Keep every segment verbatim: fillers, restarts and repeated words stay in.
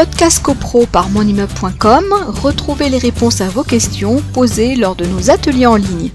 Podcast CoPro par monimmeuble point com, retrouvez les réponses à vos questions posées lors de nos ateliers en ligne.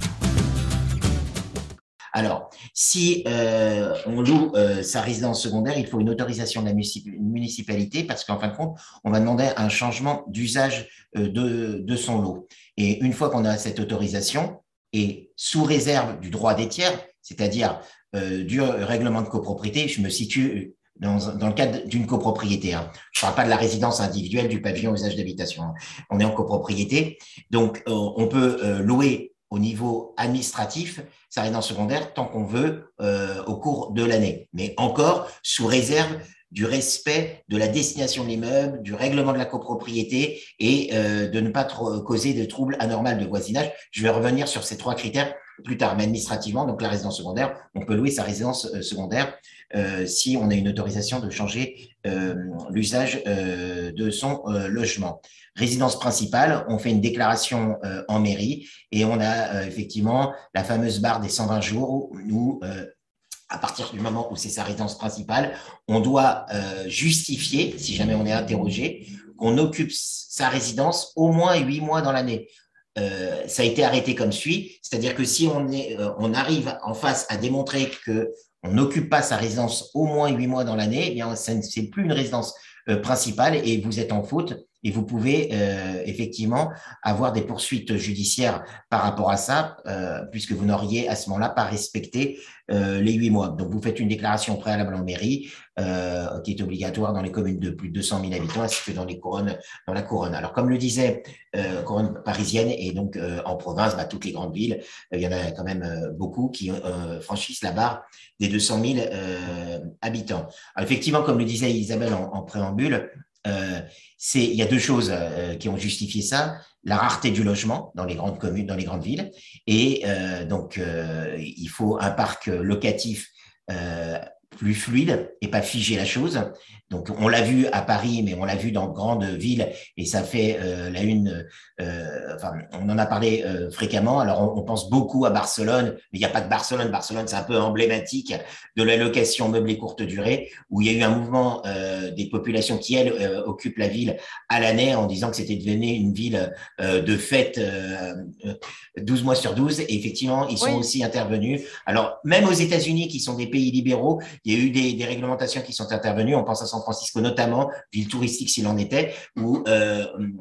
Alors, si euh, on loue euh, sa résidence secondaire, il faut une autorisation de la municipalité parce qu'en fin de compte, on va demander un changement d'usage euh, de, de son lot. Et une fois qu'on a cette autorisation, et sous réserve du droit des tiers, c'est-à-dire euh, du règlement de copropriété, je me situe dans, dans le cadre d'une copropriété. Hein. Je ne parle pas de la résidence individuelle, du pavillon usage d'habitation. Hein. On est en copropriété, donc euh, on peut euh, louer au niveau administratif sa résidence secondaire tant qu'on veut euh, au cours de l'année, mais encore sous réserve du respect de la destination de l'immeuble, du règlement de la copropriété et euh, de ne pas trop causer de troubles anormaux de voisinage. Je vais revenir sur ces trois critères plus tard, mais administrativement, donc la résidence secondaire, on peut louer sa résidence euh, secondaire euh, si on a une autorisation de changer euh, l'usage euh, de son euh, logement. Résidence principale, on fait une déclaration euh, en mairie et on a euh, effectivement la fameuse barre des cent vingt jours où euh, à partir du moment où c'est sa résidence principale, on doit euh, justifier, si jamais on est interrogé, qu'on occupe sa résidence au moins huit mois dans l'année. Euh, ça a été arrêté comme suit, c'est-à-dire que si on, est, euh, on arrive en face à démontrer qu'on n'occupe pas sa résidence au moins huit mois dans l'année, eh bien, ce n'est plus une résidence euh, principale et vous êtes en faute. Et vous pouvez euh, effectivement avoir des poursuites judiciaires par rapport à ça, euh, puisque vous n'auriez à ce moment-là pas respecté euh, les huit mois. Donc, vous faites une déclaration préalable en mairie euh, qui est obligatoire dans les communes de plus de deux cent mille habitants, ainsi que dans les couronnes, dans la couronne. Alors, comme le disait euh, couronne parisienne et donc euh, en province, bah, toutes les grandes villes, euh, il y en a quand même euh, beaucoup qui euh, franchissent la barre des deux cent mille euh, habitants. Alors, effectivement, comme le disait Isabelle en, en préambule, Euh, c'est, il y a deux choses euh, qui ont justifié ça, la rareté du logement dans les grandes communes, dans les grandes villes, et euh, donc euh, il faut un parc locatif euh, plus fluide et pas figer la chose. Donc, on l'a vu à Paris, mais on l'a vu dans grandes villes et ça fait euh, la une, euh, enfin, on en a parlé euh, fréquemment. Alors, on, on pense beaucoup à Barcelone, mais il n'y a pas que Barcelone. Barcelone, c'est un peu emblématique de la location meublée courte durée, où il y a eu un mouvement euh, des populations qui, elles, euh, occupent la ville à l'année en disant que c'était devenu une ville euh, de fête euh, douze mois sur douze. Et effectivement, ils sont oui. aussi intervenus. Alors, même aux États-Unis, qui sont des pays libéraux, il y a eu des, des réglementations qui sont intervenues. On pense à San Francisco notamment, ville touristique s'il en était, où euh,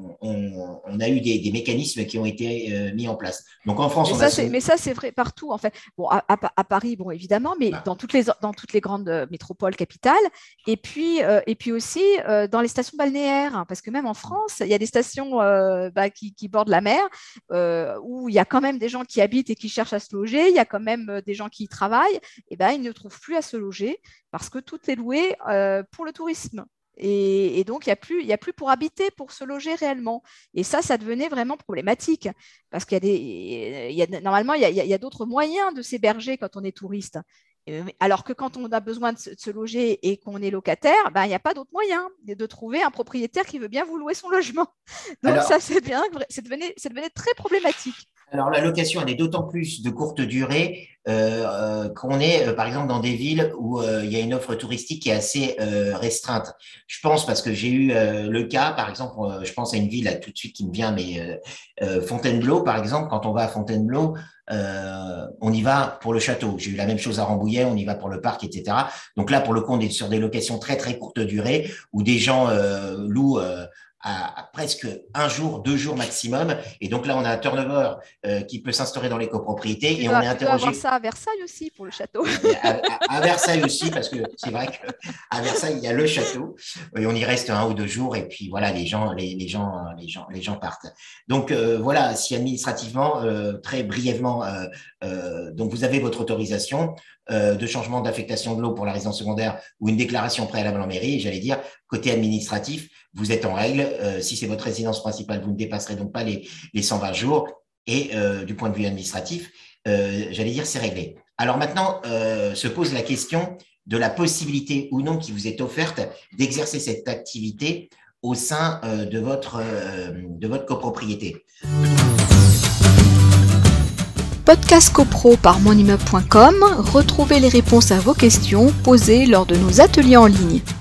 on, on a eu des, des mécanismes qui ont été euh, mis en place. Donc en France, mais on ça, a... C'est, mais ça, c'est vrai partout, en fait. Bon, à, à, à Paris, bon, évidemment, mais ah. dans, toutes les, dans toutes les grandes métropoles capitales, et puis, euh, et puis aussi euh, dans les stations balnéaires, hein, parce que même en France, il y a des stations euh, bah, qui, qui bordent la mer, euh, où il y a quand même des gens qui habitent et qui cherchent à se loger, il y a quand même des gens qui y travaillent, et ben, ils ne trouvent plus à se loger parce que tout est loué euh, pour le tourisme. Et, et donc, il n'y a plus, il y a plus pour habiter, pour se loger réellement. Et ça, ça devenait vraiment problématique. Parce qu'il y a des, il y a, normalement, il y a, il y a d'autres moyens de s'héberger quand on est touriste. Alors que quand on a besoin de se, de se loger et qu'on est locataire, ben, il n'y a pas d'autre moyen de trouver un propriétaire qui veut bien vous louer son logement. Donc, Alors, ça, c'est, bien, c'est, devenu, c'est devenu très problématique. Alors, la location, elle est d'autant plus de courte durée euh, euh, qu'on est, euh, par exemple, dans des villes où euh, il y a une offre touristique qui est assez euh, restreinte. Je pense, parce que j'ai eu euh, le cas, par exemple, euh, je pense à une ville là, tout de suite qui me vient, mais euh, euh, Fontainebleau, par exemple, quand on va à Fontainebleau, euh, on y va pour le château. J'ai eu la même chose à Rambouillet, on y va pour le parc, et cetera. Donc là, pour le coup, on est sur des locations très, très courte durée où des gens euh, louent euh, À, à presque un jour, deux jours maximum. Et donc là, on a un turnover euh, qui peut s'instaurer dans les copropriétés. Tu et dois, on est interrogé. Tu dois avoir ça à Versailles aussi pour le château. À, à, à Versailles aussi, parce que c'est vrai qu'à Versailles, il y a le château. Et on y reste un ou deux jours. Et puis voilà, les gens, les, les gens, les gens, les gens partent. Donc euh, voilà, si administrativement, euh, très brièvement, euh, euh, donc vous avez votre autorisation euh, de changement d'affectation de l'eau pour la résidence secondaire ou une déclaration préalable en mairie. Et j'allais dire, côté administratif, vous êtes en règle. Euh, si c'est votre résidence principale, vous ne dépasserez donc pas les, les cent vingt jours. Et euh, du point de vue administratif, euh, j'allais dire, c'est réglé. Alors maintenant, euh, se pose la question de la possibilité ou non qui vous est offerte d'exercer cette activité au sein euh, de, votre, euh, de votre copropriété. Podcast CoPro par monimmeuble point com, retrouvez les réponses à vos questions posées lors de nos ateliers en ligne.